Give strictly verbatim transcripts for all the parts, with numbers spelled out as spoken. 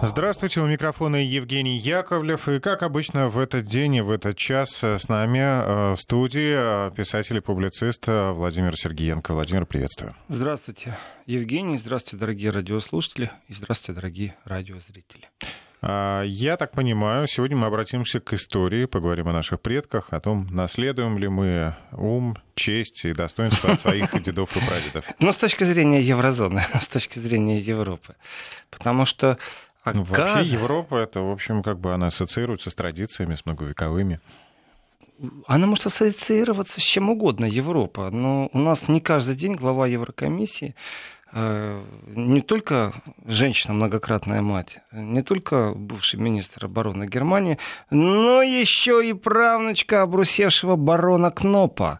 Здравствуйте, у микрофона Евгений Яковлев. И, как обычно, в этот день и в этот час с нами в студии писатель и публицист Владимир Сергиенко. Владимир, приветствую. Здравствуйте, Евгений. Здравствуйте, дорогие радиослушатели. И здравствуйте, дорогие радиозрители. Я так понимаю, сегодня мы обратимся к истории, поговорим о наших предках, о том, наследуем ли мы ум, честь и достоинство от своих дедов и прадедов. Ну, с точки зрения еврозоны, с точки зрения Европы. Потому что... Ну, вообще Европа, это, в общем, как бы она ассоциируется с традициями, с многовековыми. Она может ассоциироваться с чем угодно, Европа. Но у нас не каждый день глава Еврокомиссии не только женщина, многократная мать, не только бывший министр обороны Германии, но еще и правнучка обрусевшего барона Кнопа.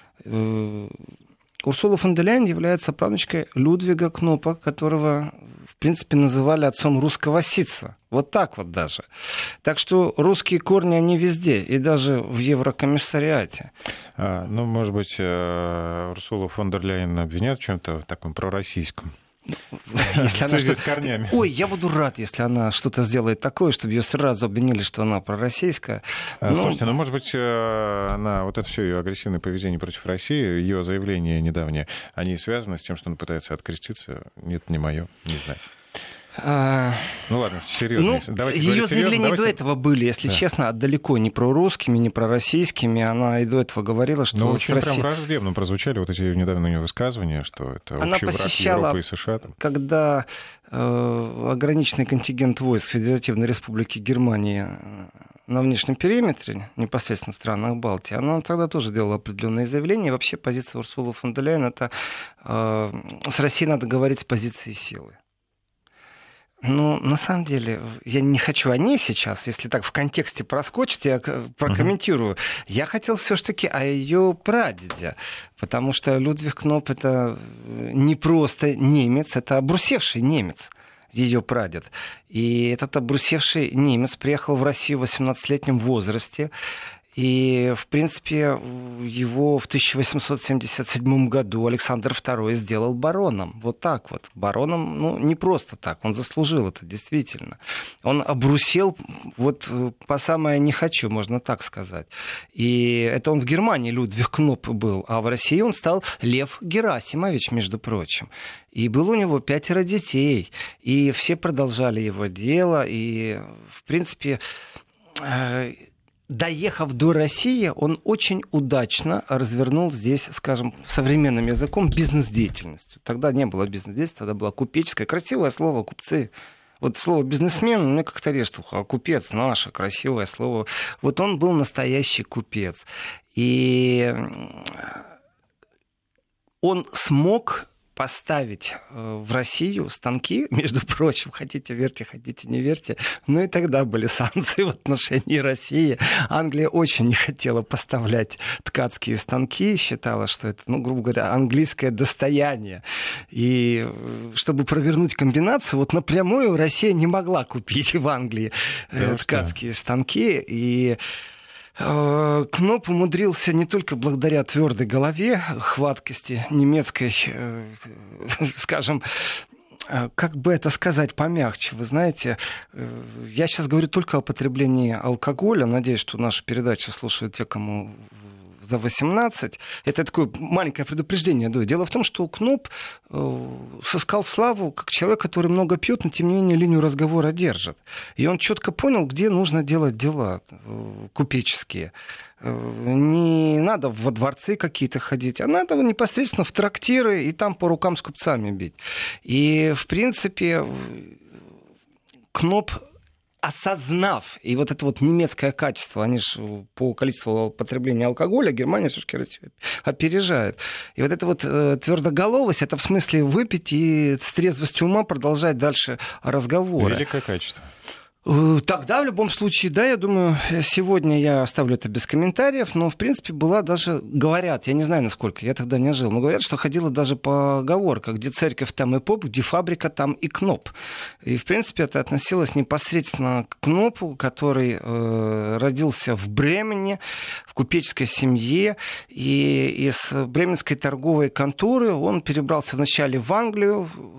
Урсула фон дер Ляйен является правнучкой Людвига Кнопа, которого, в принципе, называли отцом русского ситца. Вот так вот даже. Так что русские корни, они везде, и даже в Еврокомиссариате. А, ну, может быть, Урсулу фон дер Ляйен обвинят в чем-то таком пророссийском? Если она что... с корнями. Ой, я буду рад, если она что-то сделает такое, чтобы ее сразу обвинили, что она пророссийская. А, ну... Слушайте, ну, может быть, она, вот это все ее агрессивное поведение против России, ее заявления недавние, они связаны с тем, что она пытается откреститься? Нет, не мое, не знаю. А... Ну ладно, серьезно. Ну, ее заявления давайте... до этого были, если да. честно, далеко не прорусскими, не пророссийскими. Она и до этого говорила, что... Но очень России... прям враждебно прозвучали вот эти недавно у нее высказывания, что это она общий посещала, враг Европы и США. Там. Когда э, ограниченный контингент войск Федеративной Республики Германии на внешнем периметре, непосредственно в странах Балтии, она тогда тоже делала определенные заявления. И вообще позиция Урсулы фон дер Ляйен — это э, с Россией надо говорить с позиции силы. Ну, на самом деле, я не хочу о ней сейчас, если так в контексте проскочить, я прокомментирую. Uh-huh. Я хотел все-таки о ее прадеде, потому что Людвиг Кноп — это не просто немец, это обрусевший немец, ее прадед. И этот обрусевший немец приехал в Россию в восемнадцатилетнем возрасте. И, в принципе, его в тысяча восемьсот семьдесят седьмом году Александр второй сделал бароном. Вот так вот. Бароном, ну, не просто так. Он заслужил это, действительно. Он обрусел вот по самое не хочу, можно так сказать. И это он в Германии Людвиг Кноп был, а в России он стал Лев Герасимович, между прочим. И было у него пятеро детей. И все продолжали его дело. И, в принципе... Доехав до России, он очень удачно развернул здесь, скажем, современным языком, бизнес-деятельность. Тогда не было бизнес-деятельности, тогда была купеческая. Красивое слово «купцы». Вот слово «бизнесмен» мне как-то режет ухо, а купец — наше красивое слово. Вот он был настоящий купец. И он смог... поставить в Россию станки, между прочим, хотите верьте, хотите не верьте, но и тогда были санкции в отношении России. Англия очень не хотела поставлять ткацкие станки, считала, что это, ну, грубо говоря, английское достояние. И чтобы провернуть комбинацию, вот напрямую Россия не могла купить в Англии да ткацкие что? станки. И Кноп умудрился не только благодаря твердой голове, хваткости немецкой, скажем, как бы это сказать помягче, вы знаете, я сейчас говорю только о потреблении алкоголя, надеюсь, что нашу передачу слушают те, кому за восемнадцать. Это такое маленькое предупреждение. Дело в том, что Кноп сыскал славу как человек, который много пьет, но тем не менее линию разговора держит. И он четко понял, где нужно делать дела купеческие. Не надо во дворцы какие-то ходить, а надо непосредственно в трактиры и там по рукам с купцами бить. И, в принципе, Кноп, осознав, и вот это вот немецкое качество, они же по количеству потребления алкоголя Германия все-таки опережает. И вот эта вот э, твердоголовость, это в смысле выпить и с трезвостью ума продолжать дальше разговоры. Великое качество. Тогда, в любом случае, да, я думаю, сегодня я оставлю это без комментариев, но, в принципе, была даже, говорят, я не знаю, насколько, я тогда не жил, но говорят, что ходила даже поговорка, где церковь, там и поп, где фабрика, там и Кноп. И, в принципе, это относилось непосредственно к Кнопу, который э, родился в Бремени, в купеческой семье, и из бременской торговой конторы он перебрался вначале в Англию,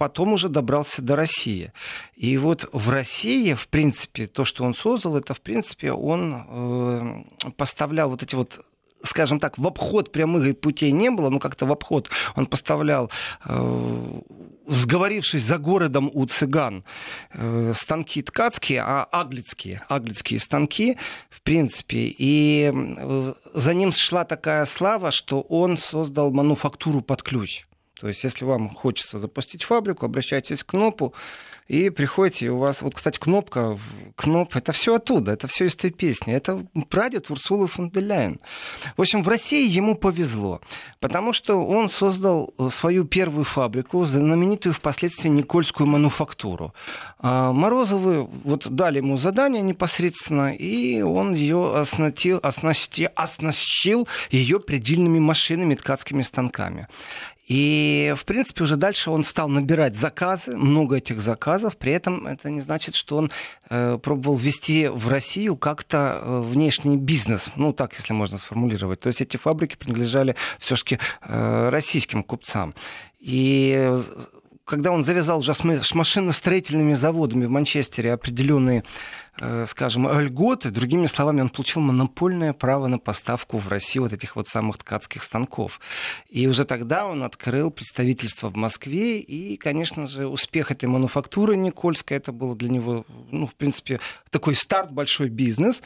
потом уже добрался до России. И вот в России, в принципе, то, что он создал, это, в принципе, он э, поставлял вот эти вот, скажем так, в обход прямых путей не было, но как-то в обход он поставлял, э, сговорившись за городом у цыган, э, станки ткацкие, а аглицкие, аглицкие станки, в принципе. И э, за ним шла такая слава, что он создал мануфактуру под ключ. То есть, если вам хочется запустить фабрику, обращайтесь к КНОПу и приходите, и у вас... Вот, кстати, кнопка, КНОП, это все оттуда, это все из той песни. Это прадед Урсулы фон дер Ляйен. В общем, в России ему повезло, потому что он создал свою первую фабрику, знаменитую впоследствии Никольскую мануфактуру. А Морозовы вот дали ему задание непосредственно, и он ее оснастил, оснастил, оснастил ее предельными машинами, ткацкими станками. И, в принципе, уже дальше он стал набирать заказы, много этих заказов. При этом это не значит, что он э, пробовал ввести в Россию как-то э, внешний бизнес. Ну, так, если можно сформулировать. То есть эти фабрики принадлежали все-таки э, российским купцам. И когда он завязал уже с машиностроительными заводами в Манчестере определенные, скажем, льготы, другими словами, он получил монопольное право на поставку в Россию вот этих вот самых ткацких станков. И уже тогда он открыл представительство в Москве, и, конечно же, успех этой мануфактуры Никольской, это был для него, ну, в принципе, такой старт, большой бизнес.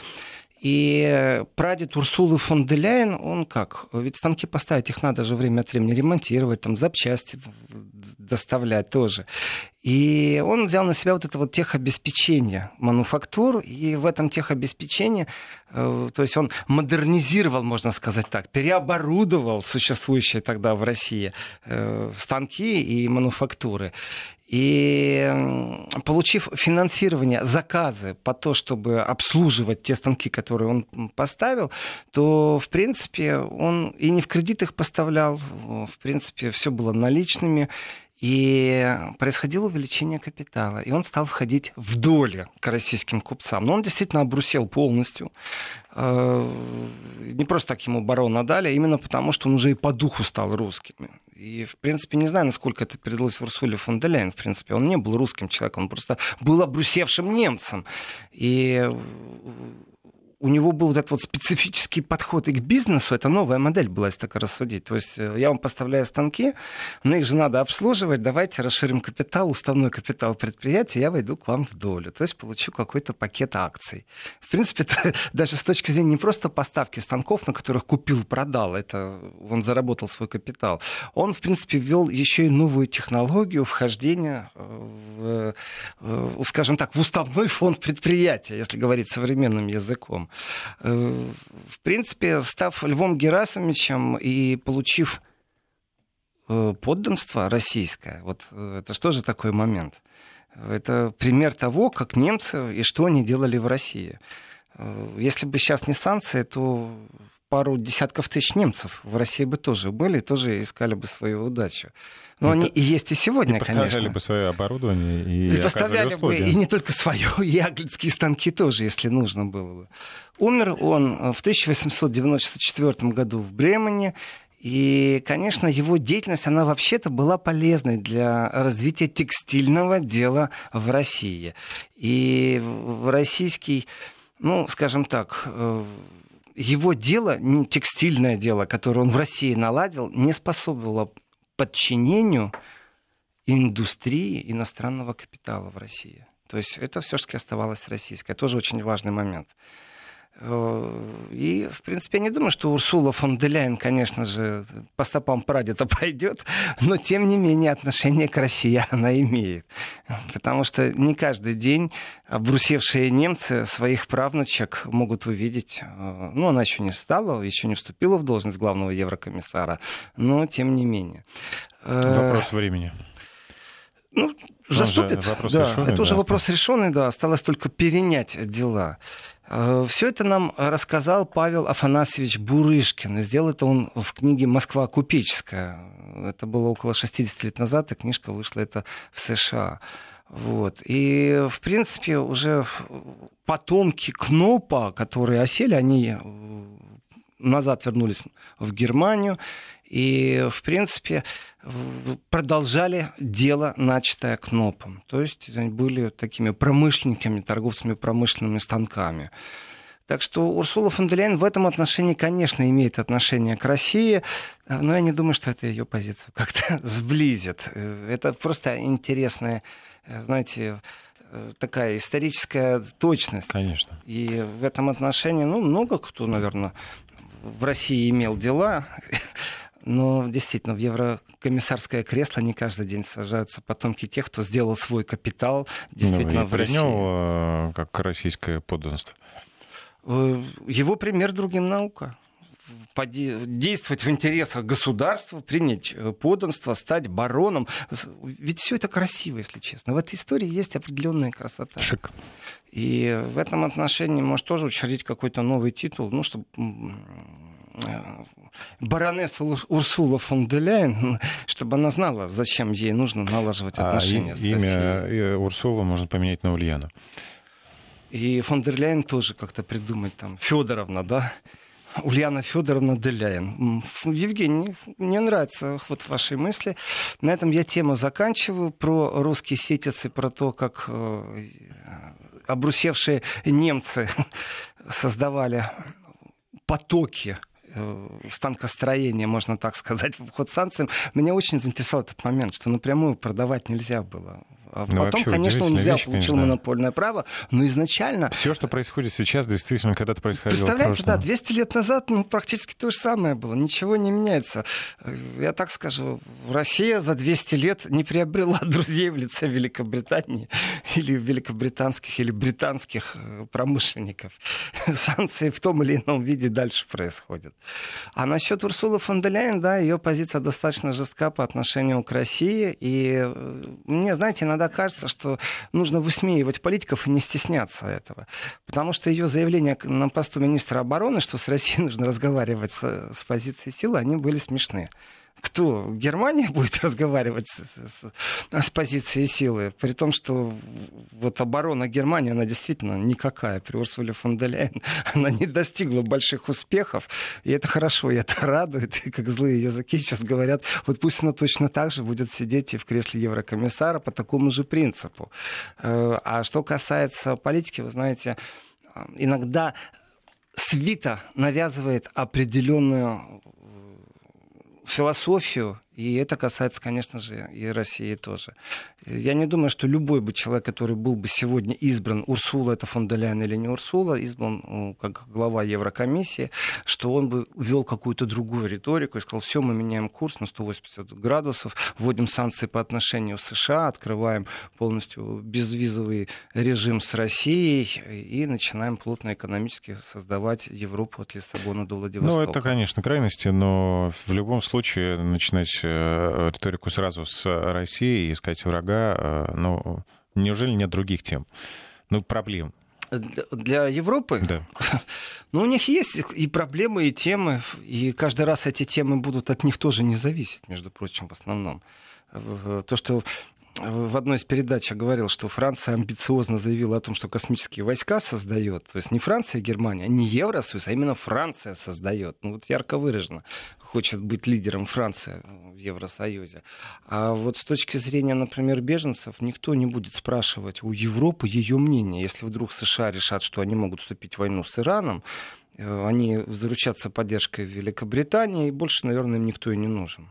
И прадед Урсулы фон дер Ляйен, он как? Ведь станки поставить, их надо же время от времени ремонтировать, там запчасти доставлять тоже. И он взял на себя вот это вот техобеспечение мануфактур, и в этом техобеспечении, то есть он модернизировал, можно сказать так, переоборудовал существующие тогда в России станки и мануфактуры. И получив финансирование, заказы по то, чтобы обслуживать те станки, которые он поставил, то, в принципе, он и не в кредит их поставлял, в принципе, все было наличными. И происходило увеличение капитала, и он стал входить в доли к российским купцам. Но он действительно обрусел полностью. Не просто так ему барона дали, а именно потому, что он уже и по духу стал русским. И, в принципе, не знаю, насколько это передалось Урсуле фон дер Ляйен. В принципе, он не был русским человеком, он просто был обрусевшим немцем. И у него был вот этот вот специфический подход и к бизнесу. Это новая модель была, если так рассудить. То есть я вам поставляю станки, но их же надо обслуживать. Давайте расширим капитал, уставной капитал предприятия, я войду к вам в долю. То есть получу какой-то пакет акций. В принципе, это даже с точки зрения не просто поставки станков, на которых купил, продал, это он заработал свой капитал. Он, в принципе, ввел еще и новую технологию вхождения в, скажем так, в уставной фонд предприятия, если говорить современным языком. В принципе, став Львом Герасимовичем и получив подданство российское, вот это что же такой момент? Это пример того, как немцы и что они делали в России. Если бы сейчас не санкции, то пару десятков тысяч немцев в России бы тоже были, тоже искали бы свою удачу. Но это... они и есть и сегодня, и конечно. поставляли бы свое оборудование и, и поставляли бы, и не только свое, и аглицкие станки тоже, если нужно было бы. Умер он в тысяча восемьсот девяносто четвёртом году в Бремене. И, конечно, его деятельность, она вообще-то была полезной для развития текстильного дела в России. И в российский, ну, скажем так, его дело, текстильное дело, которое он в России наладил, не способствовало подчинению индустрии иностранного капитала в России. То есть это все-таки оставалось российское. Тоже очень важный момент. И, в принципе, я не думаю, что Урсула фон дер Ляйен, конечно же, по стопам прадеда пойдет, но, тем не менее, отношение к России она имеет. Потому что не каждый день обрусевшие немцы своих правнучек могут увидеть. Ну, она еще не стала, еще не вступила в должность главного еврокомиссара, но, тем не менее. Вопрос времени. Ну, заступит. Вопрос да, решенный, это уже да, вопрос решенный, да, осталось только перенять дела. Все это нам рассказал Павел Афанасьевич Бурышкин. И сделал это он в книге «Москва купеческая». Это было около шестьдесят лет назад, и книжка вышла это в США. Вот. И, в принципе, уже потомки КНОПа, которые осели, они назад вернулись в Германию и, в принципе, продолжали дело, начатое Кнопом. То есть они были такими промышленниками, торговцами промышленными станками. Так что Урсула фон дер Ляйен в этом отношении, конечно, имеет отношение к России, но я не думаю, что это ее позицию как-то сблизит. Это просто интересная, знаете, такая историческая точность. Конечно. И в этом отношении, ну, много кто, наверное, в России имел дела, но действительно в еврокомиссарское кресло не каждый день сажаются потомки тех, кто сделал свой капитал действительно ну, и в России. принял как российское подданство. Его пример другим наука. Действовать в интересах государства, принять подданство, стать бароном. Ведь все это красиво, если честно. В этой истории есть определенная красота. Шик. И в этом отношении, может, тоже учредить какой-то новый титул, ну, чтобы баронесса Урсула фон дер Ляйен, чтобы она знала, зачем ей нужно налаживать отношения а с имя Россией. Имя Урсула можно поменять на Ульяну. И фон дер Ляйен тоже как-то придумать там Федоровна, да? Ульяна Федоровна дер Ляйен. Евгений, мне нравятся вот ваши мысли. На этом я тему заканчиваю. Про русские ситицы, про то, как э, обрусевшие немцы создавали потоки станкостроения, можно так сказать, в обход санкциям. Меня очень заинтересовал этот момент, что напрямую продавать нельзя было. А ну, потом, конечно, он взял, вещь, получил конечно, монопольное право, но изначально... Все, что происходит сейчас, действительно когда-то происходило в Представляете, прошлом. да, двести лет назад ну, практически то же самое было, ничего не меняется. Я так скажу, Россия за двести лет не приобрела друзей в лице Великобритании или великобританских, или британских промышленников. Санкции в том или ином виде дальше происходят. А насчет Урсулы фон дер Ляйен, да, ее позиция достаточно жестка по отношению к России, и мне, знаете, иногда кажется, что нужно высмеивать политиков и не стесняться этого. Потому что ее заявления на посту министра обороны, что с Россией нужно разговаривать с, с позиции силы, они были смешны. Кто? Германия будет разговаривать с, с, с позиции силы? При том, что вот оборона Германии, она действительно никакая. При Урсуле фон дер Ляйен она не достигла больших успехов. И это хорошо, и это радует. И как злые языки сейчас говорят, вот пусть она точно так же будет сидеть и в кресле еврокомиссара по такому же принципу. А что касается политики, вы знаете, иногда свита навязывает определенную философию, и это касается, конечно же, и России тоже. Я не думаю, что любой бы человек, который был бы сегодня избран, Урсула это фон дер Ляйен или не Урсула, избран ну, как глава Еврокомиссии, что он бы ввел какую-то другую риторику и сказал, все, мы меняем курс на сто восемьдесят градусов, вводим санкции по отношению с США, открываем полностью безвизовый режим с Россией и начинаем плотно экономически создавать Европу от Лиссабона до Владивостока. Ну, это, конечно, крайности, но в любом случае начинать риторику сразу с России и искать врага, ну, неужели нет других тем? Ну, проблем. Для, для Европы? Да. Ну, у них есть и проблемы, и темы, и каждый раз эти темы будут от них тоже не зависеть, между прочим, в основном. То, что в одной из передач я говорил, что Франция амбициозно заявила о том, что космические войска создает. То есть не Франция и Германия, не Евросоюз, а именно Франция создает. Ну вот ярко выражено. Хочет быть лидером Франция в Евросоюзе. А вот с точки зрения, например, беженцев, никто не будет спрашивать у Европы ее мнение. Если вдруг США решат, что они могут вступить в войну с Ираном, они заручатся поддержкой Великобритании, и больше, наверное, им никто и не нужен.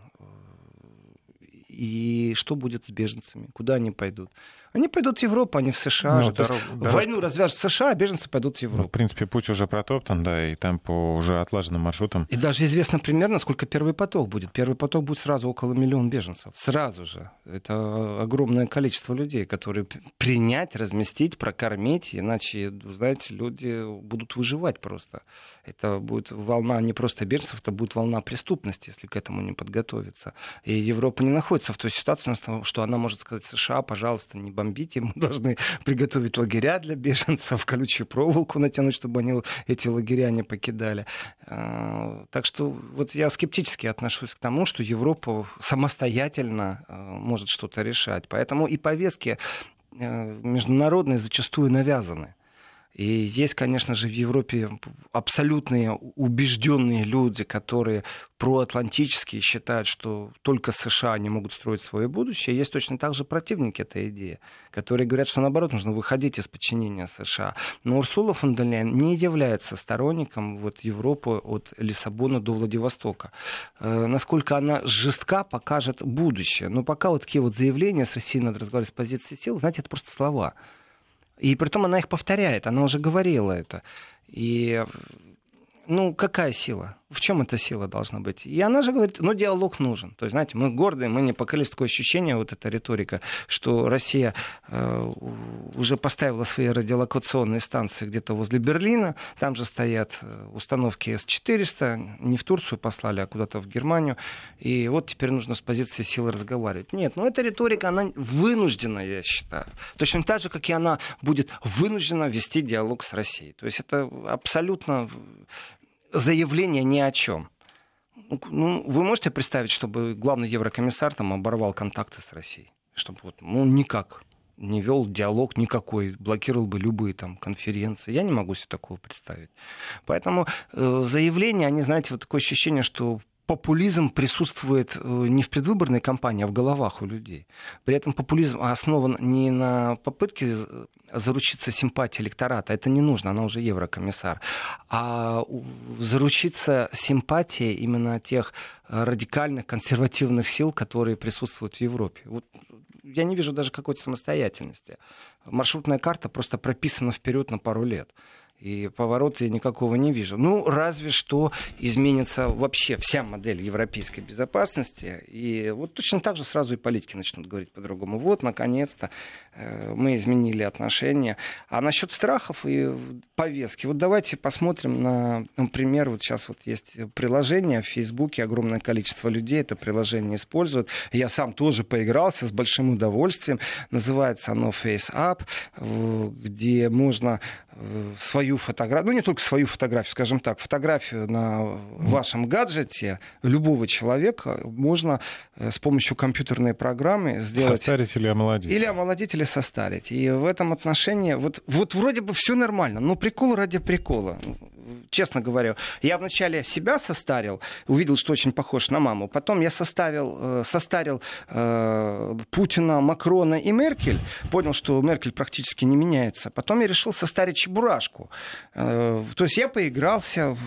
И что будет с беженцами? Куда они пойдут? Они пойдут в Европу, а не в США. Ну, же. дорог, дорож... Войну развяжут США, а беженцы пойдут в Европу. Ну, в принципе, путь уже протоптан, да, и там по уже отлаженным маршрутам. И даже известно примерно, сколько первый поток будет. Первый поток будет сразу около миллиона беженцев. Сразу же. Это огромное количество людей, которые принять, разместить, прокормить. Иначе, знаете, люди будут выживать просто. Это будет волна не просто беженцев, это будет волна преступности, если к этому не подготовиться. И Европа не находится в той ситуации, что она может сказать США, пожалуйста, не бомбите, мы должны приготовить лагеря для беженцев, колючую проволоку натянуть, чтобы они эти лагеря не покидали. Так что вот я скептически отношусь к тому, что Европа самостоятельно может что-то решать. Поэтому и повестки международные зачастую навязаны. И есть, конечно же, в Европе абсолютные убежденные люди, которые проатлантические, считают, что только США не могут строить свое будущее. Есть точно так же противники этой идеи, которые говорят, что наоборот нужно выходить из подчинения США. Но Урсула фон дер Ляйен не является сторонником вот, Европы от Лиссабона до Владивостока. Э, насколько она жестка, покажет будущее. Но пока вот такие вот заявления с Россией надо разговаривать с позиции сил, знаете, это просто слова. И притом она их повторяет, она уже говорила это. И, ну, какая сила? В чем эта сила должна быть? И она же говорит, ну, диалог нужен. То есть, знаете, мы гордые, мы не покорились, такое ощущение, вот эта риторика, что Россия э, уже поставила свои радиолокационные станции где-то возле Берлина, там же стоят установки эс четыреста, не в Турцию послали, а куда-то в Германию, и вот теперь нужно с позиции силы разговаривать. Нет, ну, эта риторика, она вынуждена, я считаю. Точно так же, как и она будет вынуждена вести диалог с Россией. То есть, это абсолютно заявление ни о чем. Ну, вы можете представить, чтобы главный еврокомиссар там оборвал контакты с Россией? Чтобы вот, ну, никак не вел диалог никакой, блокировал бы любые там конференции. Я не могу себе такого представить. Поэтому э, заявления, они, знаете, вот такое ощущение, что популизм присутствует не в предвыборной кампании, а в головах у людей. При этом популизм основан не на попытке заручиться симпатией электората, это не нужно, она уже еврокомиссар, а заручиться симпатией именно тех радикальных, консервативных сил, которые присутствуют в Европе. Вот я не вижу даже какой-то самостоятельности. Маршрутная карта просто прописана вперед на пару лет. И поворота я никакого не вижу. Ну, разве что изменится вообще вся модель европейской безопасности. И вот точно так же сразу и политики начнут говорить по-другому. Вот, наконец-то, мы изменили отношения. А насчет страхов и повестки. Вот давайте посмотрим на, например, вот сейчас вот есть приложение в Фейсбуке, огромное количество людей это приложение используют. Я сам тоже поигрался с большим удовольствием. Называется оно FaceApp, где можно свою фотографию, ну не только свою фотографию, скажем так, фотографию на вашем гаджете любого человека можно с помощью компьютерной программы сделать... Состарить или омолодить. Или омолодить, или состарить. И в этом отношении вот, вот вроде бы все нормально, но прикол ради прикола. Честно говоря, я вначале себя состарил, увидел, что очень похож на маму. Потом я составил, состарил э, Путина, Макрона и Меркель. Понял, что Меркель практически не меняется. Потом я решил состарить Чебурашку. Э, то есть я поигрался,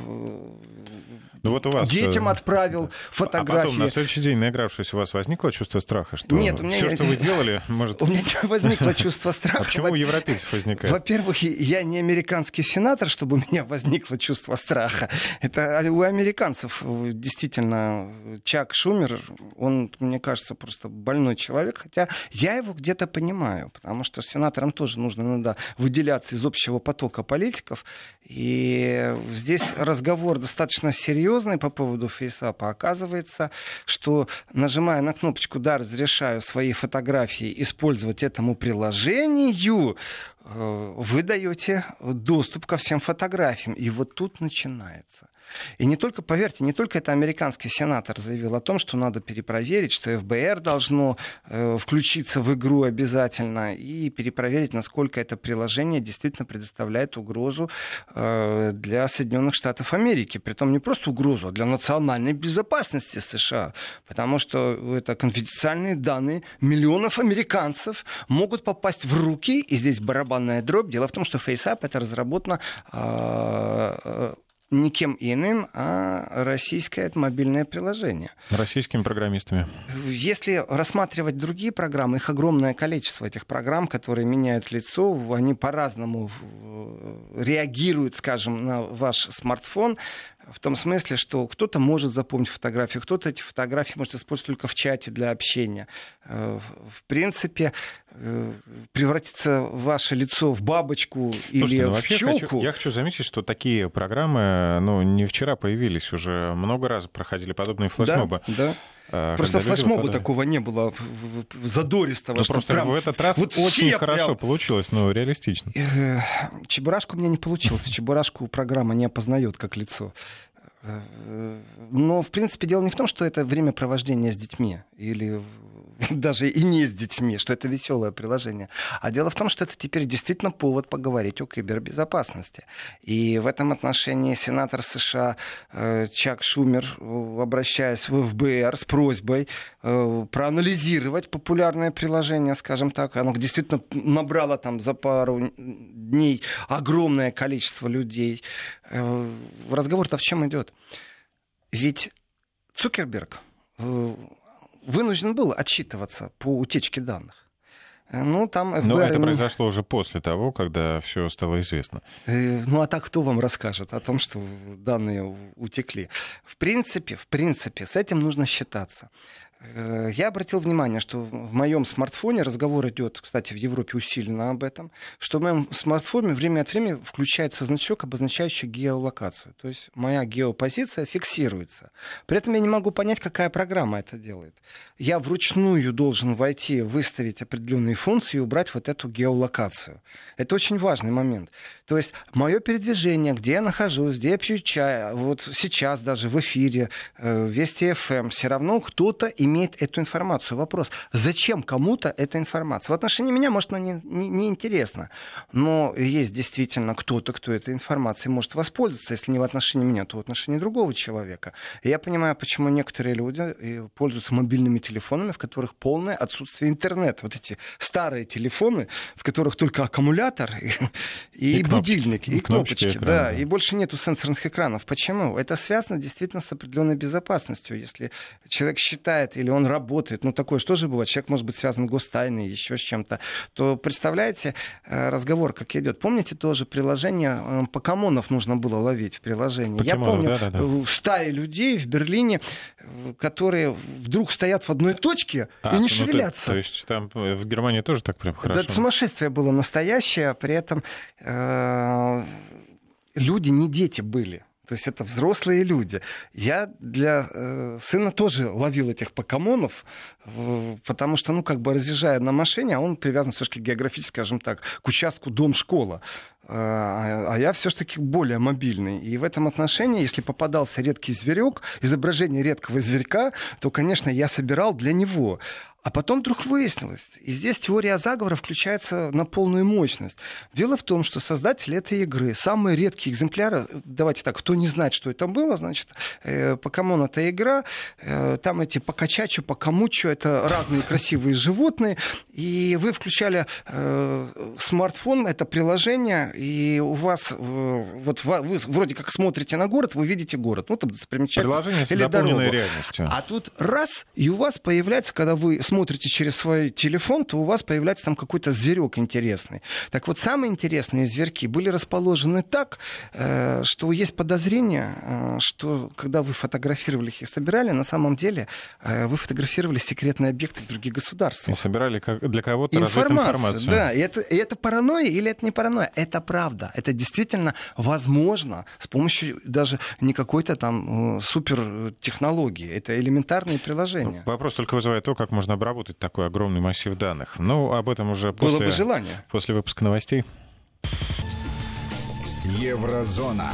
ну, вот у вас, детям отправил фотографии. А потом, на следующий день, наигравшись, у вас возникло чувство страха? Что Нет, у меня... все, что вы делали, может... У меня не возникло чувство страха. А почему у европейцев возникает? Во-первых, я не американский сенатор, чтобы у меня возникло чувство страха. Это у американцев действительно Чак Шумер, он, мне кажется, просто больной человек, хотя я его где-то понимаю, потому что сенаторам тоже нужно иногда выделяться из общего потока политиков, и здесь разговор достаточно серьезный по поводу FaceApp. Оказывается, что нажимая на кнопочку «Да, разрешаю свои фотографии использовать этому приложению», вы даете доступ ко всем фотографиям. И вот тут начинается. И не только, поверьте, не только это американский сенатор заявил о том, что надо перепроверить, что эф бэ эр должно э, включиться в игру обязательно и перепроверить, насколько это приложение действительно предоставляет угрозу э, для Соединенных Штатов Америки. Притом не просто угрозу, а для национальной безопасности США. Потому что это конфиденциальные данные миллионов американцев могут попасть в руки, и здесь барабанная дробь. Дело в том, что FaceApp это разработано... Э, никем иным, а российское мобильное приложение. Российскими программистами. Если рассматривать другие программы, их огромное количество, этих программ, которые меняют лицо, они по-разному реагируют, скажем, на ваш смартфон, в том смысле, что кто-то может запомнить фотографию, кто-то эти фотографии может использовать только в чате для общения. В принципе, превратиться ваше лицо в бабочку или Слушайте, ну, в пчелку... Хочу, я хочу заметить, что такие программы ну, не вчера появились, уже много раз проходили подобные флешмобы. Да, да. Просто флешмоба выпадали. Такого не было задористого. Ну, просто прям... в этот раз вот очень хорошо прям... получилось, но реалистично. Чебурашку у меня не получилось. Чебурашку программа не опознает как лицо. Но, в принципе, дело не в том, что это времяпровождение с детьми или даже и не с детьми, что это веселое приложение. А дело в том, что это теперь действительно повод поговорить о кибербезопасности. И в этом отношении сенатор США Чак Шумер, обращаясь в эф бэ эр с просьбой проанализировать популярное приложение, скажем так, оно действительно набрало там за пару дней огромное количество людей. Разговор-то в чем идет? Ведь Цукерберг вынужден был отчитываться по утечке данных. Ну, там эф бэ эр... Но это произошло уже после того, когда все стало известно. Ну, а так кто вам расскажет о том, что данные утекли? В принципе, в принципе, с этим нужно считаться. Я обратил внимание, что в моем смартфоне, разговор идет, кстати, в Европе усиленно об этом, что в моем смартфоне время от времени включается значок, обозначающий геолокацию. То есть моя геопозиция фиксируется. При этом я не могу понять, какая программа это делает. Я вручную должен войти, выставить определенные функции и убрать вот эту геолокацию. Это очень важный момент. То есть мое передвижение, где я нахожусь, где я пью чай, вот сейчас даже в эфире Вести эф эм, все равно кто-то имеет эту информацию. Вопрос, зачем кому-то эта информация? В отношении меня, может, она не, не, не интересна, но есть действительно кто-то, кто этой информацией может воспользоваться, если не в отношении меня, то в отношении другого человека. И я понимаю, почему некоторые люди пользуются мобильными телефонами, в которых полное отсутствие интернета. Вот эти старые телефоны, в которых только аккумулятор и, и, и будильник, и, и кнопочки. кнопочки экрана, да, да. И больше нету сенсорных экранов. Почему? Это связано действительно с определенной безопасностью. Если человек считает, или он работает, ну такое что же бывает, человек может быть связан с гостайной, еще с чем-то, то представляете, разговор как идет. Помните тоже приложение, покемонов нужно было ловить в приложении. Покемонов, я помню, да, да, да. стаи людей в Берлине, которые вдруг стоят в одной точке а, и не ну, шевелятся. То, то есть там в Германии тоже так прям хорошо? Да, сумасшествие было настоящее, при этом э, люди не дети были. То есть это взрослые люди. Я для э, сына тоже ловил этих покемонов, э, потому что, ну, как бы разъезжая на машине, а он привязан все-таки географически, скажем так, к участку дом-школа. А я все-таки более мобильный. И в этом отношении, если попадался редкий зверек, изображение редкого зверька, то, конечно, я собирал для него. А потом вдруг выяснилось, и здесь теория заговора включается на полную мощность. Дело в том, что создатели этой игры, самые редкие экземпляры, давайте так, кто не знает, что это было, значит, э, покемон — это игра, э, там эти покачачу, покамучу, это разные красивые животные, и вы включали э, смартфон, это приложение, и у вас, э, вот вы вроде как смотрите на город, вы видите город, ну там достопримечательность приложение с или дополненной дорогу. реальностью. А тут раз, и у вас появляется, когда вы смотрите через свой телефон, то у вас появляется там какой-то зверек интересный. Так вот, самые интересные зверьки были расположены так, что есть подозрение, что когда вы фотографировали их и собирали, на самом деле вы фотографировали секретные объекты других государств. И собирали для кого-то развить информацию. Да, и это, и это паранойя или это не паранойя? Это правда. Это действительно возможно с помощью даже не какой-то там супертехнологии. Это элементарные приложения. Вопрос только вызывает то, как можно обработать такой огромный массив данных. Ну, об этом уже после, Было бы желание. После выпуска новостей. Еврозона.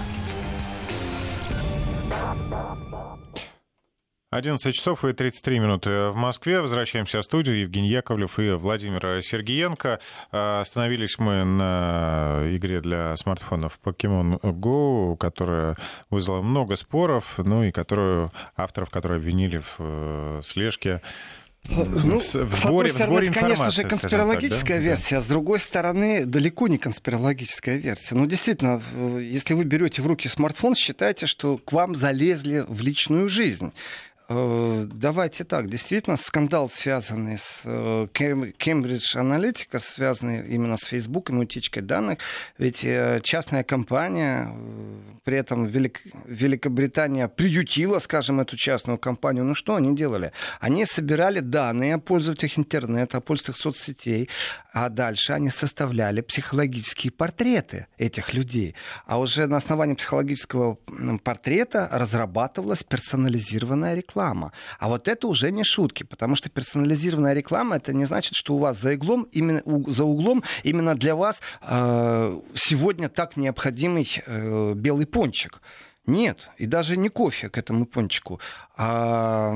одиннадцать часов и тридцать три минуты в Москве. Возвращаемся в студию. Евгений Яковлев и Владимир Сергиенко. Остановились мы на игре для смартфонов Pokemon Go, которая вызвала много споров, ну и которую авторов, которые обвинили в слежке. Ну, в, в с одной сборе, стороны, в сборе это, конечно же, конспирологическая так, да? версия, а с другой стороны, далеко не конспирологическая версия. Ну, действительно, если вы берете в руки смартфон, считайте, что к вам залезли в личную жизнь. Давайте так, действительно, скандал, связанный с Cambridge Analytica, связанный именно с Facebook и утечкой данных, ведь частная компания, при этом Велик... Великобритания приютила, скажем, эту частную компанию. Ну что они делали? Они собирали данные о пользователях интернета, о пользователях соцсетей, а дальше они составляли психологические портреты этих людей. А уже на основании психологического портрета разрабатывалась персонализированная реклама. Реклама. А вот это уже не шутки, потому что персонализированная реклама — это не значит, что у вас за углом именно, за углом именно для вас э, сегодня так необходимый э, белый пончик. Нет, и даже не кофе к этому пончику. А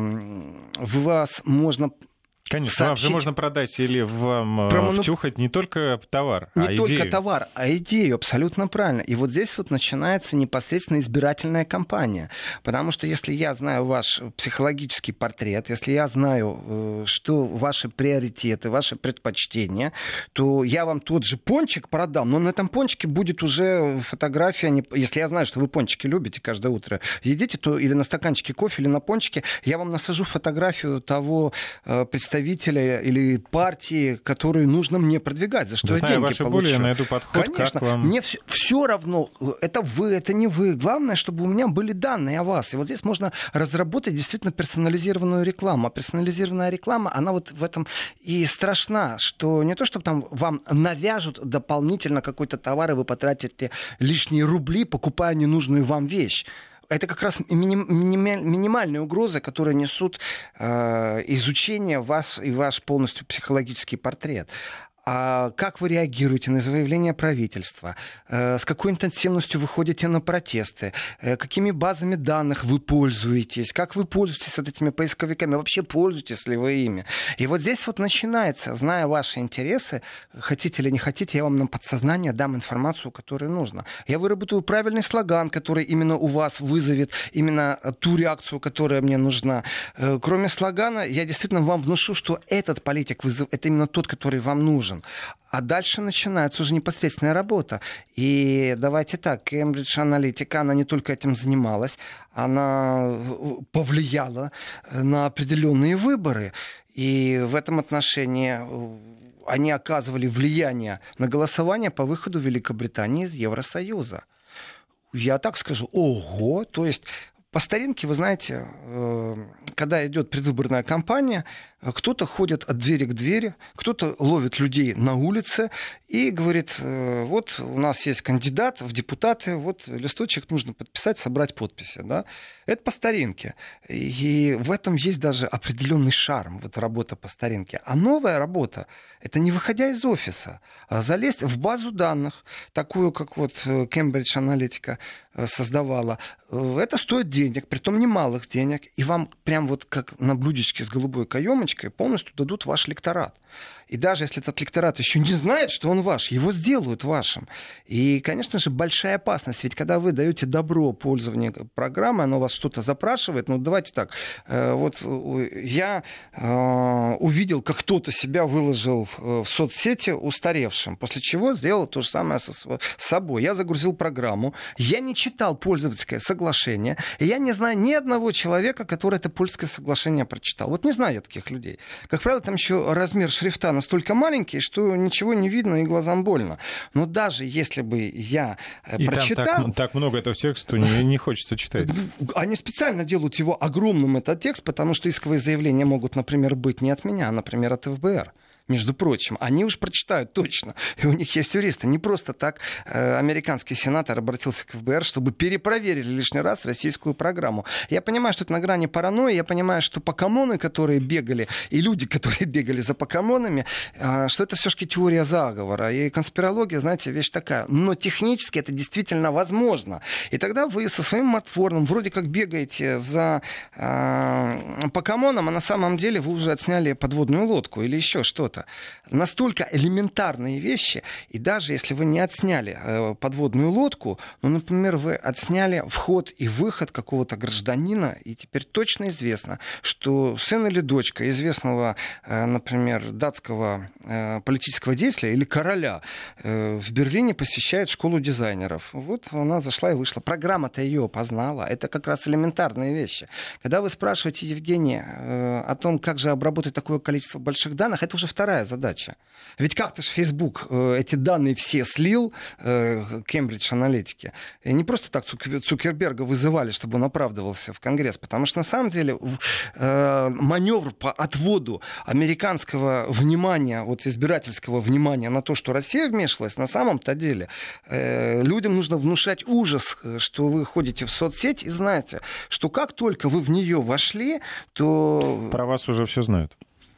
в вас можно... Конечно, сообщить... вам же можно продать или вам Промону... втюхать не только товар, не а только идею. товар, а идею, абсолютно правильно. И вот здесь вот начинается непосредственно избирательная кампания. Потому что если я знаю ваш психологический портрет, если я знаю, что ваши приоритеты, ваши предпочтения, то я вам тот же пончик продам, но на этом пончике будет уже фотография, если я знаю, что вы пончики любите каждое утро, едите, то или на стаканчике кофе, или на пончике, я вам насажу фотографию того представителя или партии, которые нужно мне продвигать, за что Зная я деньги ваши получу. боли, я найду подход, Конечно, как вам... мне все, все равно, это вы, это не вы. Главное, чтобы у меня были данные о вас. И вот здесь можно разработать действительно персонализированную рекламу. А персонализированная реклама, она вот в этом и страшна, что не то, чтобы там вам навяжут дополнительно какой-то товар, и вы потратите лишние рубли, покупая ненужную вам вещь. Это как раз миним, минимальные угрозы, которые несут э, изучение вас и ваш полностью психологический портрет. А как вы реагируете на заявления правительства? С какой интенсивностью вы ходите на протесты? Какими базами данных вы пользуетесь? Как вы пользуетесь вот этими поисковиками? Вообще пользуетесь ли вы ими? И вот здесь вот начинается, зная ваши интересы, хотите или не хотите, я вам на подсознание дам информацию, которую нужно. Я выработаю правильный слоган, который именно у вас вызовет именно ту реакцию, которая мне нужна. Кроме слогана, я действительно вам внушу, что этот политик, это именно тот, который вам нужен. А дальше начинается уже непосредственная работа. И давайте так, Cambridge Analytica, она не только этим занималась, она повлияла на определенные выборы. И в этом отношении они оказывали влияние на голосование по выходу Великобритании из Евросоюза. Я так скажу, ого, то есть... По старинке, вы знаете, когда идет предвыборная кампания, кто-то ходит от двери к двери, кто-то ловит людей на улице и говорит, вот у нас есть кандидат в депутаты, вот листочек нужно подписать, собрать подписи. Да? Это по старинке. И в этом есть даже определенный шарм, вот работа по старинке. А новая работа, это не выходя из офиса, а залезть в базу данных, такую, как вот Cambridge Analytica создавала. Это стоит денег, притом немалых денег, и вам прям вот как на блюдечке с голубой каемочкой полностью дадут ваш лекторат. И даже если этот лекторат еще не знает, что он ваш, его сделают вашим. И, конечно же, большая опасность. Ведь когда вы даете добро пользованию программы, она у вас что-то запрашивает. Ну, давайте так. Вот я увидел, как кто-то себя выложил в соцсети устаревшим, после чего сделал то же самое со собой. Я загрузил программу, я не читал пользовательское соглашение, и я не знаю ни одного человека, который это пользовательское соглашение прочитал. Вот не знаю я таких людей. Как правило, там еще размер шрифта настолько маленький, что ничего не видно и глазам больно. Но даже если бы я и прочитал... Там так, так много этого текста, не, не хочется читать. Они специально делают его огромным, этот текст, потому что исковые заявления могут, например, быть не от меня, а, например, от эф бэ эр. Между прочим, они уж прочитают точно. И у них есть юристы. Не просто так э, американский сенатор обратился к эф бэ эр, чтобы перепроверили лишний раз российскую программу. Я понимаю, что это на грани паранойи. Я понимаю, что покемоны, которые бегали, и люди, которые бегали за покемонами, э, что это все-таки теория заговора. И конспирология, знаете, вещь такая. Но технически это действительно возможно. И тогда вы со своим смартфоном вроде как бегаете за э, покемоном, а на самом деле вы уже отсняли подводную лодку или еще что-то. Настолько элементарные вещи, и даже если вы не отсняли э, подводную лодку, ну, например, вы отсняли вход и выход какого-то гражданина, и теперь точно известно, что сын или дочка известного, э, например, датского э, политического деятеля или короля э, в Берлине посещает школу дизайнеров. Вот она зашла и вышла. Программа-то ее опознала. Это как раз элементарные вещи. Когда вы спрашиваете, Евгений, э, о том, как же обработать такое количество больших данных, это уже вторая задача. Ведь как-то же Facebook э, эти данные все слил, э, Cambridge Analytica. И не просто так Цукерберга вызывали, чтобы он оправдывался в Конгресс, потому что на самом деле э, маневр по отводу американского внимания, вот избирательского внимания на то, что Россия вмешивалась, на самом-то деле э, людям нужно внушать ужас, что вы ходите в соцсеть и знаете, что как только вы в нее вошли, то... Про вас уже все знают.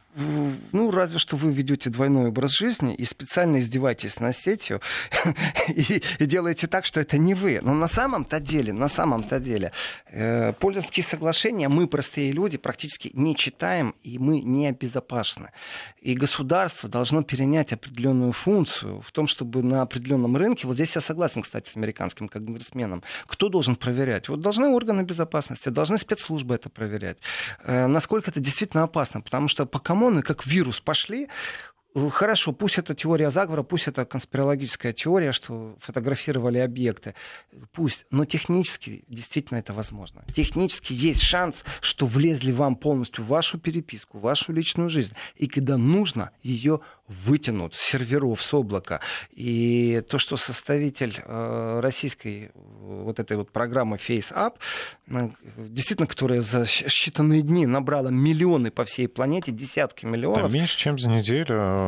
Ну, разве что вы ведете двойной образ жизни и специально издеваетесь над сетью и, и делаете так, что это не вы. Но на самом-то деле, на самом-то деле, э, пользовательские соглашения мы, простые люди, практически не читаем, и мы не обезопасны. И государство должно перенять определенную функцию в том, чтобы на определенном рынке, вот здесь я согласен, кстати, с американским конгрессменом, кто должен проверять? Вот должны органы безопасности, должны спецслужбы это проверять. Э, насколько это действительно опасно, потому что пока как вирус пошли. Хорошо, пусть это теория заговора, пусть это конспирологическая теория, что фотографировали объекты. Пусть, но технически действительно это возможно. Технически есть шанс, что влезли вам полностью в вашу переписку, в вашу личную жизнь. И когда нужно, ее вытянут с серверов, с облака. И то, что составитель э, российской вот этой вот программы FaceApp, э, действительно, которая за считанные дни набрала миллионы по всей планете, десятки миллионов. Да, меньше, чем за неделю.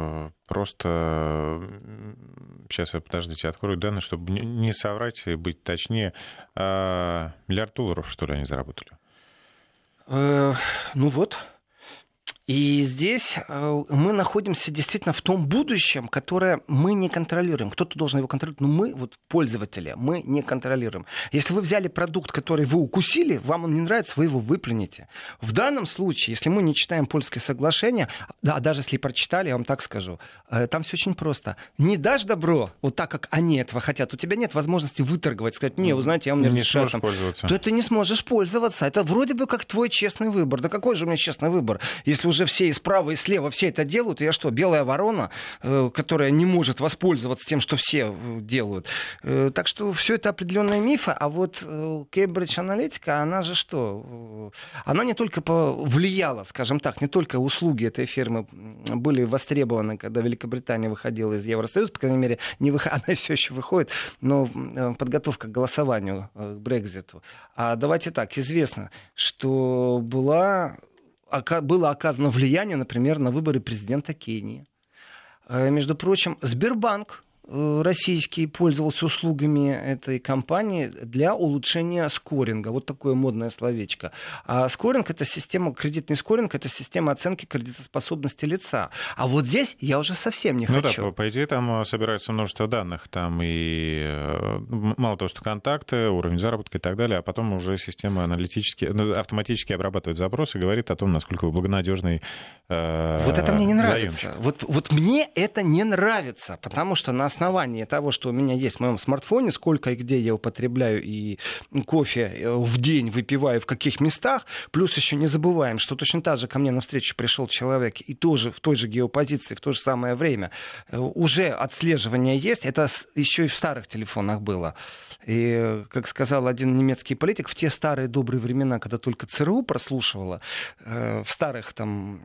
Просто сейчас, подождите, открою данные, чтобы не соврать и быть точнее. Миллиард долларов, что ли, они заработали? Э, ну вот. И здесь мы находимся действительно в том будущем, которое мы не контролируем. Кто-то должен его контролировать, но мы, вот пользователи, мы не контролируем. Если вы взяли продукт, который вы укусили, вам он не нравится, вы его выплюнете. В данном случае, если мы не читаем польское соглашение, да, даже если прочитали, я вам так скажу, там все очень просто. Не дашь добро, вот так, как они этого хотят, у тебя нет возможности выторговать, сказать, не, вы знаете, я вам не разрешаю, там, то ты не сможешь пользоваться. Это вроде бы как твой честный выбор. Да какой же у меня честный выбор, если уже все и справа, и слева все это делают, и я что, белая ворона, э, которая не может воспользоваться тем, что все делают. Э, так что все это определенные мифы, а вот э, Cambridge Analytica, она же что? Она не только повлияла, скажем так, не только услуги этой фирмы были востребованы, когда Великобритания выходила из Евросоюза, по крайней мере, не выход... она все еще выходит, но э, подготовка к голосованию, э, к Брекситу. А давайте так, известно, что была... было оказано влияние, например, на выборы президента Кении. Между прочим, Сбербанк российский пользовался услугами этой компании для улучшения скоринга. Вот такое модное словечко. А скоринг — это система, кредитный скоринг — это система оценки кредитоспособности лица. А вот здесь я уже совсем не ну хочу. Да, по, по идее, там собирается множество данных. Там и мало того, что контакты, уровень заработка и так далее, а потом уже система аналитически, автоматически обрабатывает запросы и говорит о том, насколько вы благонадежный э, Вот это мне не заемщик. нравится. Вот, вот мне это не нравится, потому что на основании того, что у меня есть в моем смартфоне, сколько и где я употребляю и кофе в день выпиваю, в каких местах, плюс еще не забываем, что точно так же ко мне навстречу пришел человек и тоже в той же геопозиции, в то же самое время. Уже отслеживание есть, это еще и в старых телефонах было. И, как сказал один немецкий политик, в те старые добрые времена, когда только ЦРУ прослушивала в старых там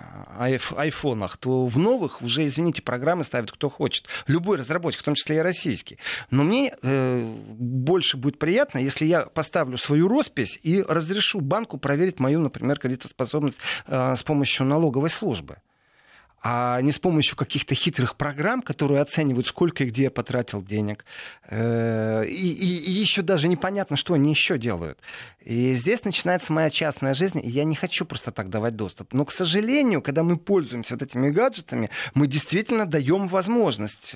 айфонах, то в новых уже, извините, программы ставят кто хочет. Любой разработчик, в том числе и российский. Но мне э, больше будет приятно, если я поставлю свою роспись и разрешу банку проверить мою, например, кредитоспособность э, с помощью налоговой службы. А не с помощью каких-то хитрых программ, которые оценивают, сколько и где я потратил денег. И, и, и еще даже непонятно, что они еще делают. И здесь начинается моя частная жизнь, и я не хочу просто так давать доступ. Но, к сожалению, когда мы пользуемся вот этими гаджетами, мы действительно даем возможность,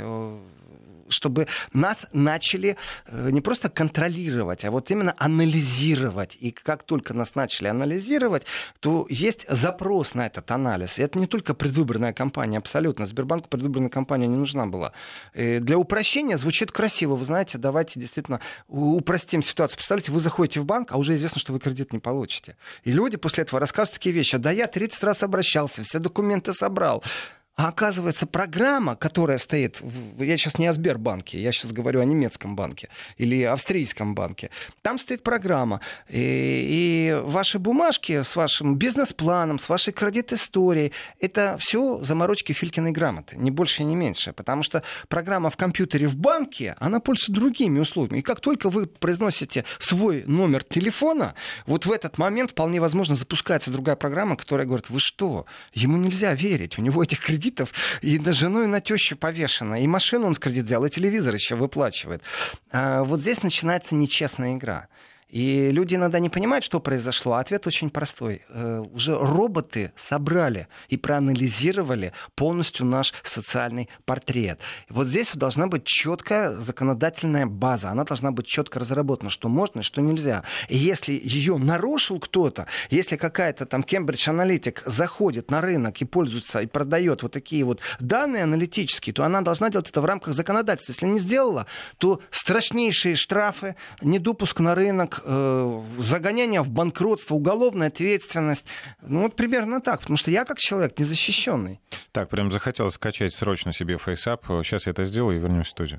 чтобы нас начали не просто контролировать, а вот именно анализировать. И как только нас начали анализировать, то есть запрос на этот анализ. И это не только предвыборная кампания, абсолютно. Сбербанку предвыборная кампания не нужна была. И для упрощения звучит красиво. Вы знаете, давайте действительно упростим ситуацию. Представляете, вы заходите в банк, а уже известно, что вы кредит не получите. И люди после этого рассказывают такие вещи. Да я тридцать раз обращался, все документы собрал. А оказывается, программа, которая стоит... Я сейчас не о Сбербанке, я сейчас говорю о немецком банке или австрийском банке. Там стоит программа. И, и ваши бумажки с вашим бизнес-планом, с вашей кредит-историей, это все заморочки Филькиной грамоты. Ни больше, ни меньше. Потому что программа в компьютере в банке, она пользуется другими услугами. И как только вы произносите свой номер телефона, вот в этот момент вполне возможно запускается другая программа, которая говорит, вы что? Ему нельзя верить. У него этих кредитов и на жену, и на тещу повешено. И машину он в кредит взял, и телевизор еще выплачивает. А вот здесь начинается нечестная игра. И люди иногда не понимают, что произошло. А ответ очень простой. Уже роботы собрали и проанализировали полностью наш социальный портрет. Вот здесь должна быть четкая законодательная база. Она должна быть четко разработана, что можно и что нельзя. И если ее нарушил кто-то, если какая-то там Cambridge Analytica заходит на рынок и пользуется и продает вот такие вот данные аналитические, то она должна делать это в рамках законодательства. Если не сделала, то страшнейшие штрафы, недопуск на рынок, загоняние в банкротство, уголовная ответственность. Ну, вот примерно так. Потому что я, как человек, незащищенный. Так, прям захотелось скачать срочно себе FaceApp. Сейчас я это сделаю и вернемся в студию.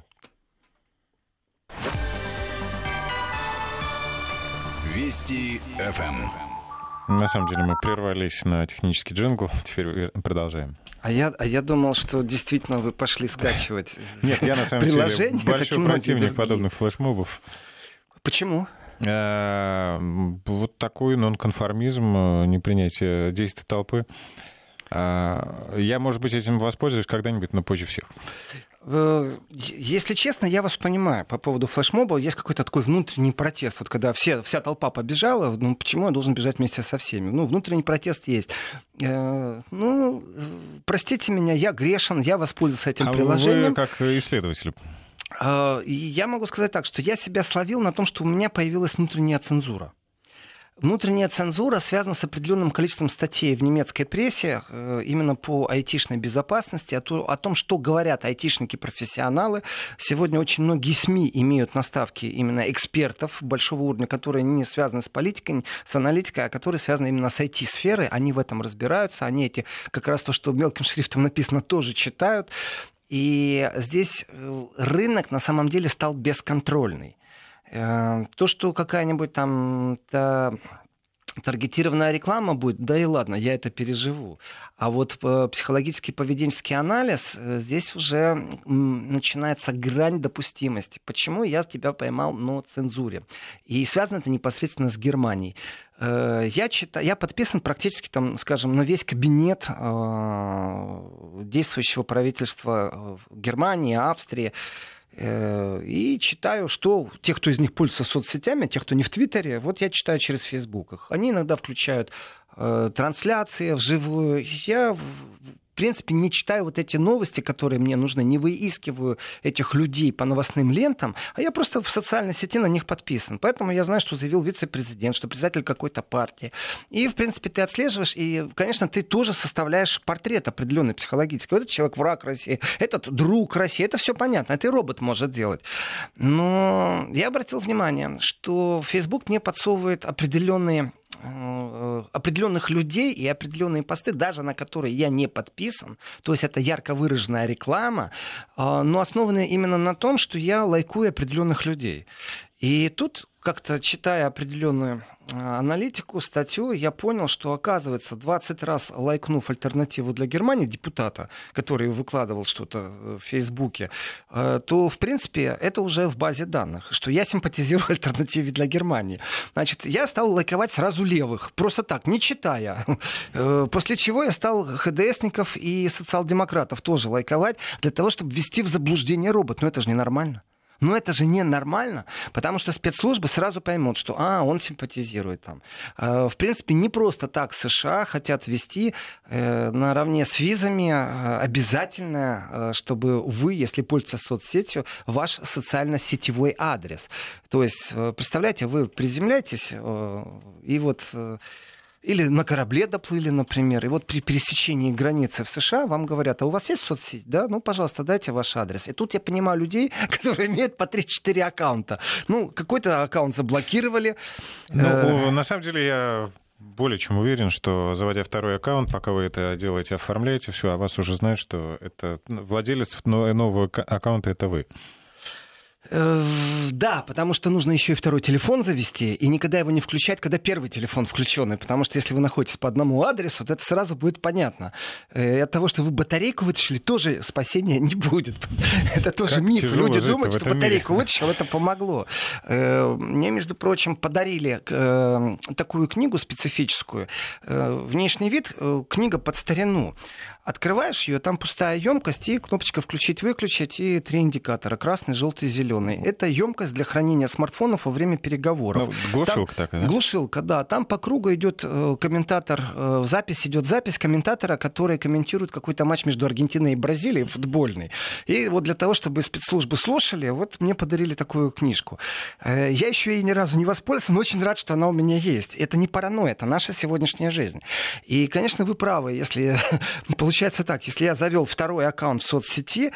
Вести эф эм. На самом деле мы прервались на технический джингл. Теперь продолжаем. А я, а я думал, что действительно вы пошли скачивать Нет, я на самом деле большой противник подобных флешмобов. Почему? Вот такой нонконформизм, непринятие действий толпы. Я, может быть, этим воспользуюсь когда-нибудь, но позже всех. Если честно, я вас понимаю по поводу флешмоба. Есть какой-то такой внутренний протест. Вот когда все, вся толпа побежала, ну почему я должен бежать вместе со всеми? Ну, внутренний протест есть. Ну, простите меня, я грешен, я воспользовался этим а приложением. Вы как исследователь? Я могу сказать так, что я себя словил на том, что у меня появилась внутренняя цензура. Внутренняя цензура связана с определенным количеством статей в немецкой прессе именно по айтишной безопасности, о том, что говорят айтишники-профессионалы. Сегодня очень многие СМИ имеют наставки именно экспертов большого уровня, которые не связаны с политикой, с аналитикой, а которые связаны именно с ай ти-сферой. Они в этом разбираются, они эти как раз то, что мелким шрифтом написано, тоже читают. И здесь рынок на самом деле стал бесконтрольный. То, что какая-нибудь там та, таргетированная реклама будет, да и ладно, я это переживу. А вот психологический поведенческий анализ, здесь уже начинается грань допустимости. Почему я тебя поймал на цензуре? И связано это непосредственно с Германией. Я, читаю, я подписан практически, там, скажем, на весь кабинет действующего правительства Германии, Австрии. И читаю, что те, кто из них пользуется соцсетями, те, кто не в Твиттере, вот я читаю через Фейсбук. Они иногда включают э, трансляции вживую. Я, в принципе, не читаю вот эти новости, которые мне нужны, не выискиваю этих людей по новостным лентам, а я просто в социальной сети на них подписан. Поэтому я знаю, что заявил вице-президент, что председатель какой-то партии. И, в принципе, ты отслеживаешь, и, конечно, ты тоже составляешь портрет определенный психологический. Вот этот человек враг России, этот друг России, это все понятно, это и робот может делать. Но я обратил внимание, что Facebook мне подсовывает определенные определенных людей и определенные посты, даже на которые я не подписан, то есть это ярко выраженная реклама, но основанная именно на том, что я лайкую определенных людей. И тут, как-то читая определенную аналитику, статью, я понял, что, оказывается, двадцать раз лайкнув альтернативу для Германии, депутата, который выкладывал что-то в Фейсбуке, то, в принципе, это уже в базе данных, что я симпатизирую альтернативе для Германии. Значит, я стал лайковать сразу левых, просто так, не читая. После чего я стал ХДСников и социал-демократов тоже лайковать, для того, чтобы ввести в заблуждение робот. Но это же ненормально. Но это же ненормально, потому что спецслужбы сразу поймут, что а, он симпатизирует там. В принципе, не просто так США хотят ввести наравне с визами обязательно, чтобы вы, если пользуетесь соцсетью, ваш социально-сетевой адрес. То есть, представляете, вы приземляетесь и вот... Или на корабле доплыли, например, и вот при пересечении границы в США вам говорят, а у вас есть соцсеть? Да, ну, пожалуйста, дайте ваш адрес. И тут я понимаю людей, которые имеют по три-четыре аккаунта. Ну, какой-то аккаунт заблокировали. Ну, на самом деле я более чем уверен, что, заводя второй аккаунт, пока вы это делаете, оформляете, все, а вас уже знают, что это владелец нового аккаунта — это вы. Да, потому что нужно еще и второй телефон завести, и никогда его не включать, когда первый телефон включенный, потому что если вы находитесь по одному адресу, то это сразу будет понятно. И от того, что вы батарейку вытащили, тоже спасения не будет. Это тоже миф. Люди думают, что батарейку вытащил, это помогло. Мне, между прочим, подарили такую книгу специфическую. Внешний вид, книга под старину. Открываешь ее, там пустая емкость и кнопочка «включить-выключить» и три индикатора: красный, желтый, зеленый. Это емкость для хранения смартфонов во время переговоров. Ну, глушилка там, такая, да? Глушилка, да. Там по кругу идет э, комментатор, э, запись идет запись комментатора, который комментирует какой-то матч между Аргентиной и Бразилией, футбольный. И вот для того, чтобы спецслужбы слушали, вот мне подарили такую книжку. Э, я еще ей ни разу не воспользовался, но очень рад, что она у меня есть. Это не паранойя, это наша сегодняшняя жизнь. И, конечно, вы правы, если получается так, если я завел второй аккаунт в соцсети,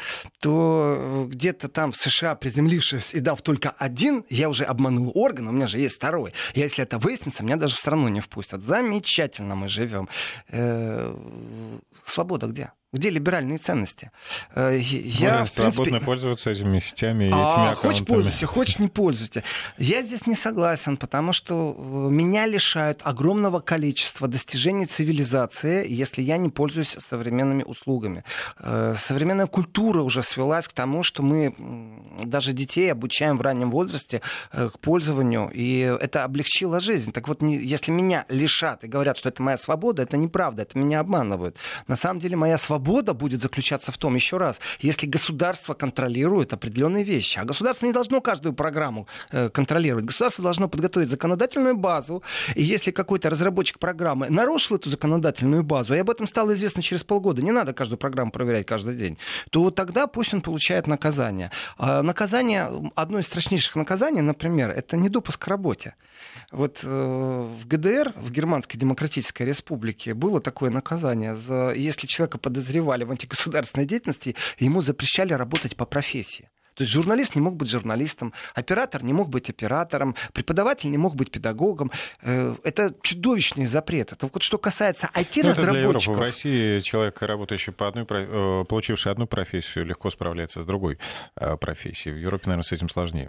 то где-то там в США, приземлившись и дав только один, я уже обманул орган, у меня же есть второй. И если это выяснится, меня даже в страну не впустят. Замечательно мы живем. Э-э- свобода где? Где либеральные ценности? Я, Можно в принципе... свободно пользоваться этими сетями и а, этими аккаунтами. Хочешь пользуйся, хочешь не пользуйся. Я здесь не согласен, потому что меня лишают огромного количества достижений цивилизации, если я не пользуюсь современными услугами. Современная культура уже свелась к тому, что мы даже детей обучаем в раннем возрасте к пользованию, и это облегчило жизнь. Так вот, если меня лишат и говорят, что это моя свобода, это неправда, это меня обманывают. На самом деле моя свобода Свобода будет заключаться в том, еще раз, если государство контролирует определенные вещи. А государство не должно каждую программу э, контролировать. Государство должно подготовить законодательную базу. И если какой-то разработчик программы нарушил эту законодательную базу, и об этом стало известно через полгода, не надо каждую программу проверять каждый день, то вот тогда пусть он получает наказание. А наказание, одно из страшнейших наказаний, например, это недопуск к работе. Вот э, в ГДР, в Германской Демократической Республике, было такое наказание. За, если человека подозревали в антигосударственной деятельности, ему запрещали работать по профессии. То есть журналист не мог быть журналистом, оператор не мог быть оператором, преподаватель не мог быть педагогом. Это чудовищный запрет. Это вот что касается ай ти-разработчиков. Ну, в России человек, работающий по одной, получивший одну профессию, легко справляется с другой профессией. В Европе, наверное, с этим сложнее.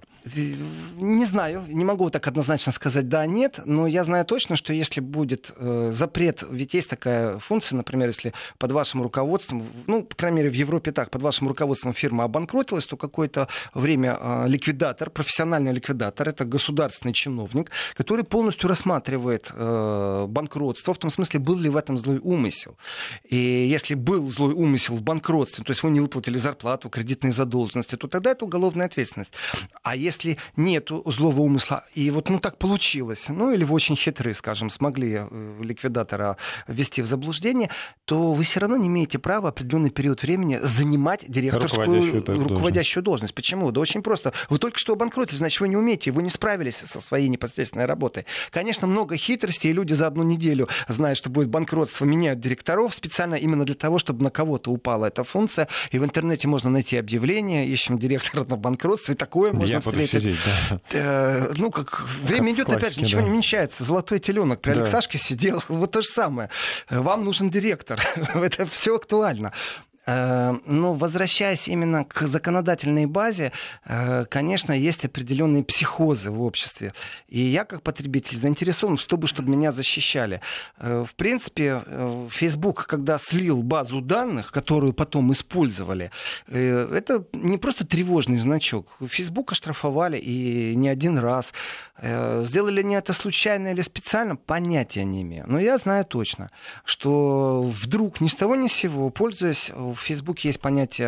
Не знаю, не могу так однозначно сказать да-нет, но я знаю точно, что если будет запрет, ведь есть такая функция, например, если под вашим руководством, ну, по крайней мере, в Европе так, под вашим руководством фирма обанкротилась, то какой-то время ликвидатор, профессиональный ликвидатор, это государственный чиновник, который полностью рассматривает э, банкротство, в том смысле, был ли в этом злой умысел. И если был злой умысел в банкротстве, то есть вы не выплатили зарплату, кредитные задолженности, то тогда это уголовная ответственность. А если нету злого умысла, и вот ну так получилось, ну или вы очень хитры, скажем, смогли ликвидатора ввести в заблуждение, то вы все равно не имеете права определенный период времени занимать директорскую руководящую, руководящую должность. Почему? Да очень просто. Вы только что обанкротили, значит, вы не умеете, вы не справились со своей непосредственной работой. Конечно, много хитростей, и люди за одну неделю, зная, что будет банкротство, меняют директоров специально именно для того, чтобы на кого-то упала эта функция. И в интернете можно найти объявление, ищем директора на банкротство, и такое можно Я встретить. Сидеть, да. Ну, как время как идет, классике, опять же, ничего да. не меняется. Золотой теленок при да. Алексашке сидел. Вот то же самое. Вам нужен директор. Это все актуально. Но возвращаясь именно к законодательной базе, конечно, есть определенные психозы в обществе. И я, как потребитель, заинтересован в том, чтобы меня защищали. В принципе, Facebook, когда слил базу данных, которую потом использовали, это не просто тревожный значок. Facebook оштрафовали и не один раз. Сделали они это случайно или специально, понятия не имею. Но я знаю точно, что вдруг ни с того ни с сего, пользуясь... В Фейсбуке есть понятие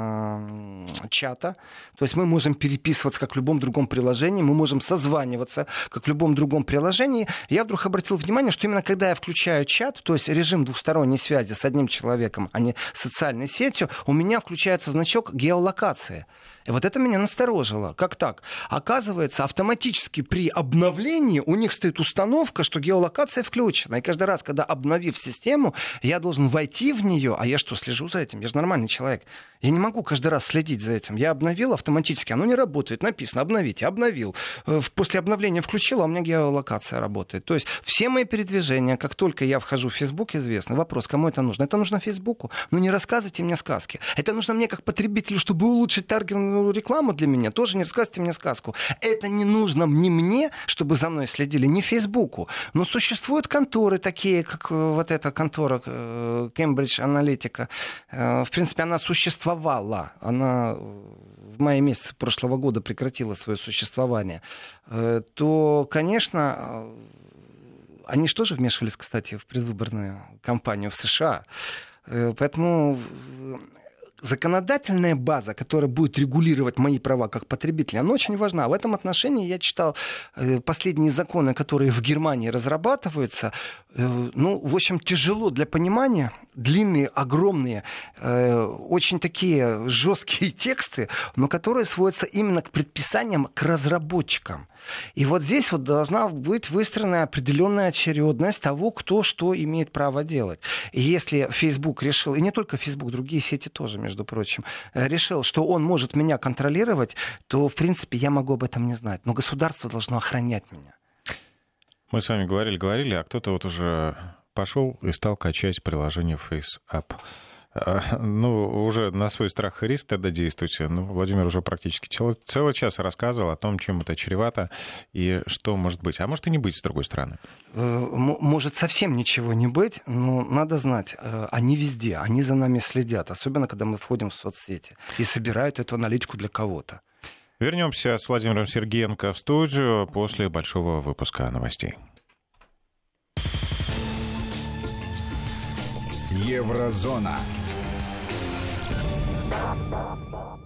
э, чата, то есть мы можем переписываться, как в любом другом приложении, мы можем созваниваться, как в любом другом приложении. Я вдруг обратил внимание, что именно когда я включаю чат, то есть режим двухсторонней связи с одним человеком, а не социальной сетью, у меня включается значок геолокации. И вот это меня насторожило. Как так? Оказывается, автоматически при обновлении у них стоит установка, что геолокация включена. И каждый раз, когда обновив систему, я должен войти в нее. А я что, слежу за этим? Я же нормальный человек. Я не могу каждый раз следить за этим. Я обновил автоматически, оно не работает. Написано, обновите, обновил. После обновления включил, а у меня геолокация работает. То есть все мои передвижения, как только я вхожу в Facebook, известны. Вопрос, кому это нужно? Это нужно Фейсбуку. Ну не рассказывайте мне сказки. Это нужно мне как потребителю, чтобы улучшить таргетинговую рекламу для меня. Тоже не рассказывайте мне сказку. Это не нужно ни мне, чтобы за мной следили, ни Фейсбуку. Но существуют конторы такие, как вот эта контора Cambridge Analytica. В принципе, она существовала. Она в мае месяце прошлого года прекратила свое существование. То, конечно, они же тоже вмешивались, кстати, в предвыборную кампанию в США. Поэтому законодательная база, которая будет регулировать мои права как потребителя, она очень важна. В этом отношении я читал последние законы, которые в Германии разрабатываются. Ну, в общем, тяжело для понимания. Длинные, огромные, очень такие жесткие тексты, но которые сводятся именно к предписаниям к разработчикам. И вот здесь вот должна быть выстроена определенная очередность того, кто что имеет право делать. И если Facebook решил, и не только Facebook, другие сети тоже, между прочим, решил, что он может меня контролировать, то, в принципе, я могу об этом не знать. Но государство должно охранять меня. Мы с вами говорили-говорили, а кто-то вот уже пошел и стал качать приложение FaceApp. Ну, уже на свой страх и риск тогда действуйте. Ну, Владимир уже практически целый, целый час рассказывал о том, чем это чревато и что может быть. А может и не быть, с другой стороны. Может совсем ничего не быть, но надо знать, они везде, они за нами следят, особенно когда мы входим в соцсети и собирают эту аналитику для кого-то. Вернемся с Владимиром Сергеенко в студию после большого выпуска новостей. Еврозона.